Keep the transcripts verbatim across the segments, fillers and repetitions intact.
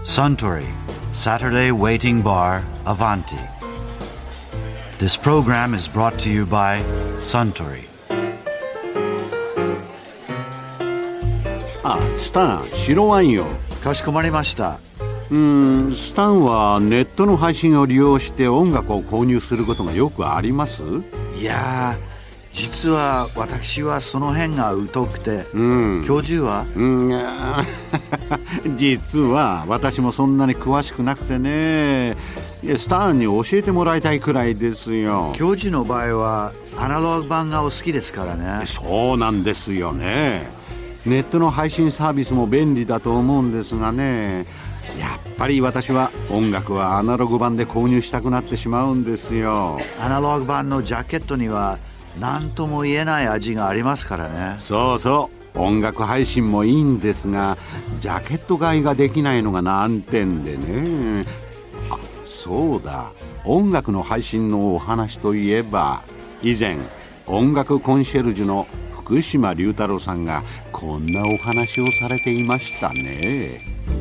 Suntory Saturday Waiting Bar Avanti. This program is brought to you by Suntory. あ、スタン、白ワインよ。 かしこまりました。 うーん、スタンはネットの配信を利用して音楽を購入することがよくあります？ いやー、実は私はその辺が疎くて、うん、教授は、 うん、実は私もそんなに詳しくなくてね、スタンに教えてもらいたいくらいですよ。 教授の場合はアナログ版がお好きですからね。 そうなんですよね。ネットの配信サービスも便利だと思うんですがね、やっぱり私は音楽はアナログ版で購入したくなってしまうんですよ。 アナログ版のジャケットには何とも言えない味がありますからね。 そうそう、音楽配信もいいんですが、ジャケット買いができないのが難点でね。あ、そうだ、音楽の配信のお話といえば、以前音楽コンシェルジュの福島龍太郎さんがこんなお話をされていましたね。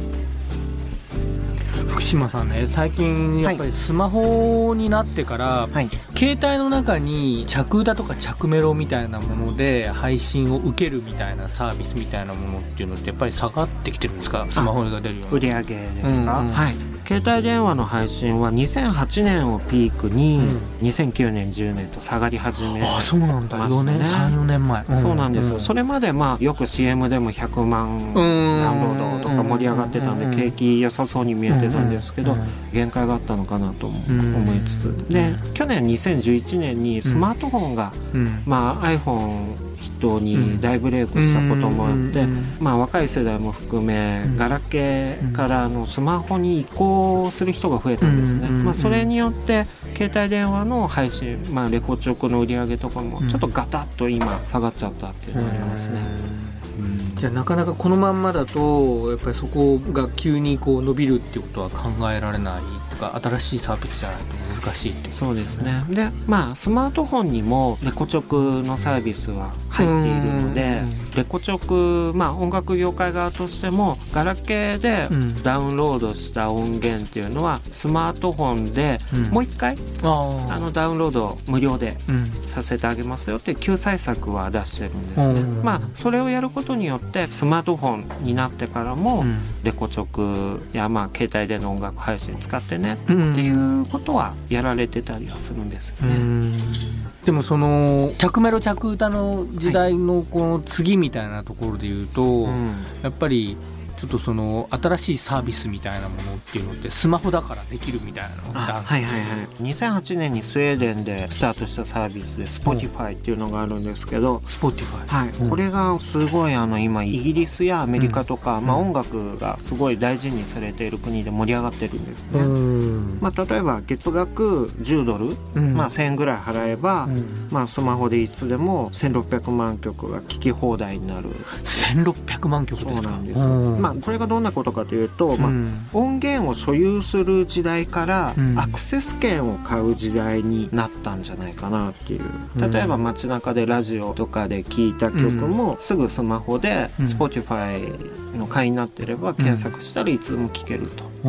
福島さんね、最近やっぱりスマホになってから、はい、携帯の中に着歌とか着メロみたいなもので配信を受けるみたいなサービスみたいなものっていうのってやっぱり下がってきてるんですか？スマホが出るような売り上げですか？ うんうん、 はい、携帯電話の配信はにせんはちねんをピークに、うん、にせんきゅうねんじゅうねんと下がり始めますね。 あ、そうなんだ。よねんさん、よねんまえ、 うん、そうなんですよ、うん、それまでまあよく シーエム でもひゃくまんダウンロードとか盛り上がってたんで、景気良さそうに見えてたんですけど、限界があったのかなと思いつつ、で去年にせんじゅういちねんにスマートフォンが、まあ、iPhone筆頭に大ブレイクしたこともあって、まあ、若い世代も含めガラケーからのスマホに移行する人が増えたんですね。まあ、それによって携帯電話の配信、まあ、レコチョクの売り上げとかもちょっとガタッと今下がっちゃったっていうのがありますね。 じゃあなかなかこのまんまだとやっぱりそこが急にこう伸びるっていうことは考えられないとか、新しいサービスじゃないと難しいっていう、ね、 そうですね。で、まあスマートフォンにもレコチョクのサービスは入っているので、レコチョク、まあ音楽業界側としてもガラケーでダウンロードした音源っていうのはスマートフォンでもう一回、うん、ああのダウンロード無料でさせてあげますよっていう救済策は出してるんですね。まあそれをやることによってスマートフォンになってからも、うん、レコチョクやまあ携帯での音楽配信使ってねっていうことはやられてたりはするんですよね。うん、 でもその着メロ着歌の時代のこの次みたいなところで言うと、はい、やっぱりちょっとその新しいサービスみたいなものっていうのってスマホだからできるみたいなのってあるんですか？ はいはいはい。にせんはちねんにスウェーデンでスタートしたサービスで Spotify っていうのがあるんですけど、 Spotify、 はい、うん、これがすごいあの今イギリスやアメリカとか、うん、まあ、音楽がすごい大事にされている国で盛り上がってるんですね。うん、まあ、例えば月額じゅうドル、うん、まあ、せんえんぐらい払えば、うん、まあ、スマホでいつでもせんろっぴゃくまんきょくが聴き放題になる。 せんろっぴゃくまんきょくですか？ そうなんです。まあ、これがどんなことかというと、まあ、うん、音源を所有する時代から、うん、アクセス権を買う時代になったんじゃないかなっていう。例えば街中でラジオとかで聴いた曲も、うん、すぐスマホで Spotify の会員になってれば検索したらいつでも聴けると、うん、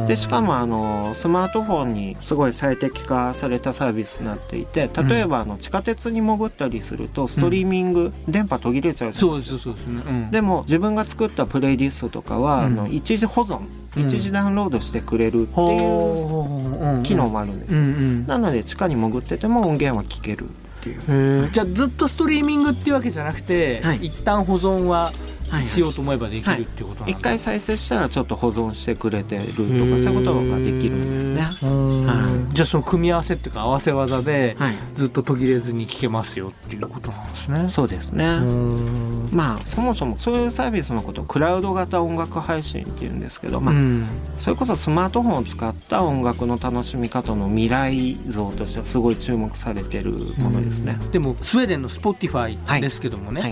でしかもあのスマートフォンにすごい最適化されたサービスになっていて、例えばあの地下鉄に潜ったりするとストリーミング、うん、電波途切れちゃうじゃないですか。 そうですね、うん、 でも自分が作ったプレイリストとかは、うん、あの一時保存、一時ダウンロードしてくれるっていう機能もあるんですよ、うんうん、なので地下に潜ってても音源は聞けるっていう。 じゃあずっとストリーミングっていうわけじゃなくて、はい、一旦保存はしようと思えばできるっていうことなんですか？ 一回再生したらちょっと保存してくれてるとか、そういうことができるんですね。はい、じゃあその組み合わせっていうか合わせ技でずっと途切れずに聞けますよっていうことなんですね。 そうですね。まあそもそもそういうサービスのことをクラウド型音楽配信っていうんですけど、まあ、うん、それこそスマートフォンを使った音楽の楽しみ方の未来像としてはすごい注目されてるものですね。 うん、でもスウェーデンの Spotify ですけどもね、はいはい、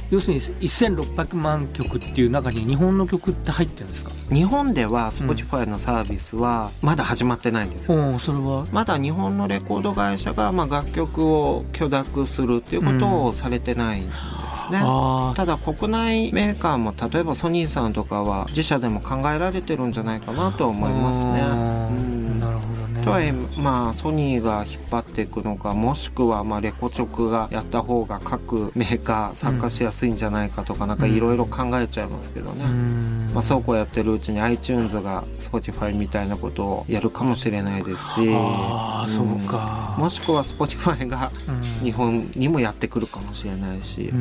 要するにせんろっぴゃくまんきょくっていう中に日本の曲って入ってるんですか？ 日本では Spotify のサービスはまだ始まってないんです、 うん、それはまだ日本のレコード会社がまあ楽曲を許諾するっていうことをされてないんですね、うん、ただ国内メーカーも例えばソニーさんとかは自社でも考えられてるんじゃないかなとは思いますね、うん、 なるほどね。 とはいえまあソニーが引っ張っていくのか、もしくはまあレコチョクがやった方が各メーカー参加しやすいんじゃないかとか、なんかいろいろ考えちゃいますけどね、うん、まあ、そうこうやってるうちに iTunes が Spotify みたいなことをやるかもしれないですし、 あ、うん、そうか、 もしくは Spotify が日本にもやってくるかもしれないし、うんうん、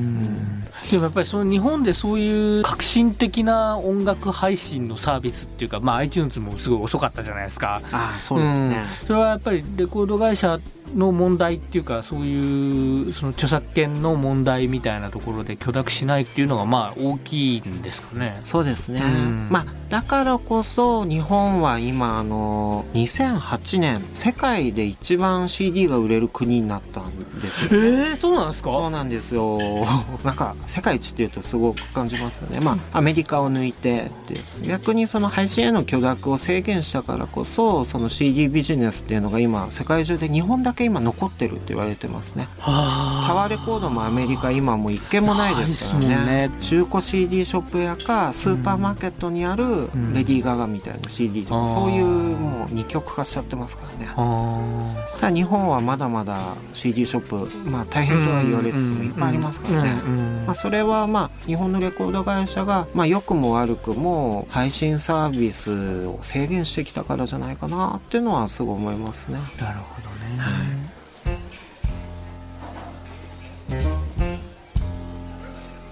でもやっぱりその日本でそういう革新的な音楽配信のサービスっていうか、まあ、iTunes もすごい遅かったじゃないですか。 ああ、そうですね、 うん、それはやっぱりレコード会社の問題っていうか、そういうその著作権の問題みたいなところで許諾しないっていうのがまあ大きいんですかね。 そうですね、 うん、 まあ、だからこそ日本は今あのにせんはちねん世界で一番 シーディー が売れる国になったんですよ、ね、 えー、そうなんですか？ そうなんですよ。なんか世界一っていうとすごく感じますよね。まあアメリカを抜いてって逆にその配信への許諾を制限したからこそ、その シーディー ビジネスっていうのが今世界中で日本だけ今残ってるって言われてますね。タワーレコードもアメリカ今もう一軒もないですから ね, ね中古 シーディー ショップやかスーパーマーケットにあるレディー・ガガみたいな シーディー とか、うん、そういうもう二極化しちゃってますからね。ただ日本はまだまだ シーディー ショップ、まあ、大変とは言われつつもいっぱいありますからね、まあ、それはまあ日本のレコード会社がまあ良くも悪くも配信サービスを制限してきたからじゃないかなっていうのはすごい思いますね。 なるほどね、はい、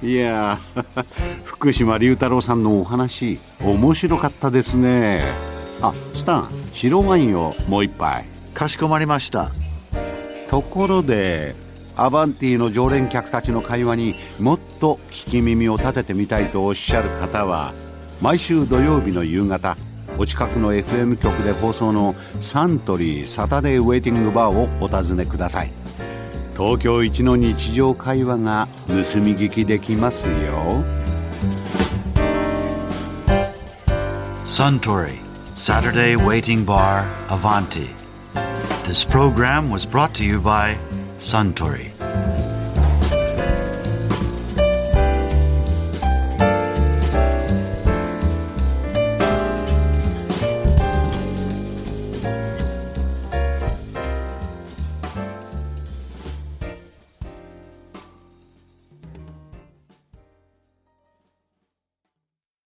いや福島龍太郎さんのお話面白かったですね。あ、スタン、白ワインをもう一杯。 かしこまりました。 ところでアバンティの常連客たちの会話にもっと聞き耳を立ててみたいとおっしゃる方は、毎週土曜日の夕方お近くの エフエム 局で放送のサントリーサタデーウェイティングバーをお尋ねください。東京一の日常会話が盗み聞きできますよ。 Suntory Saturday Waiting Bar Avanti. This program was brought to you by Suntory.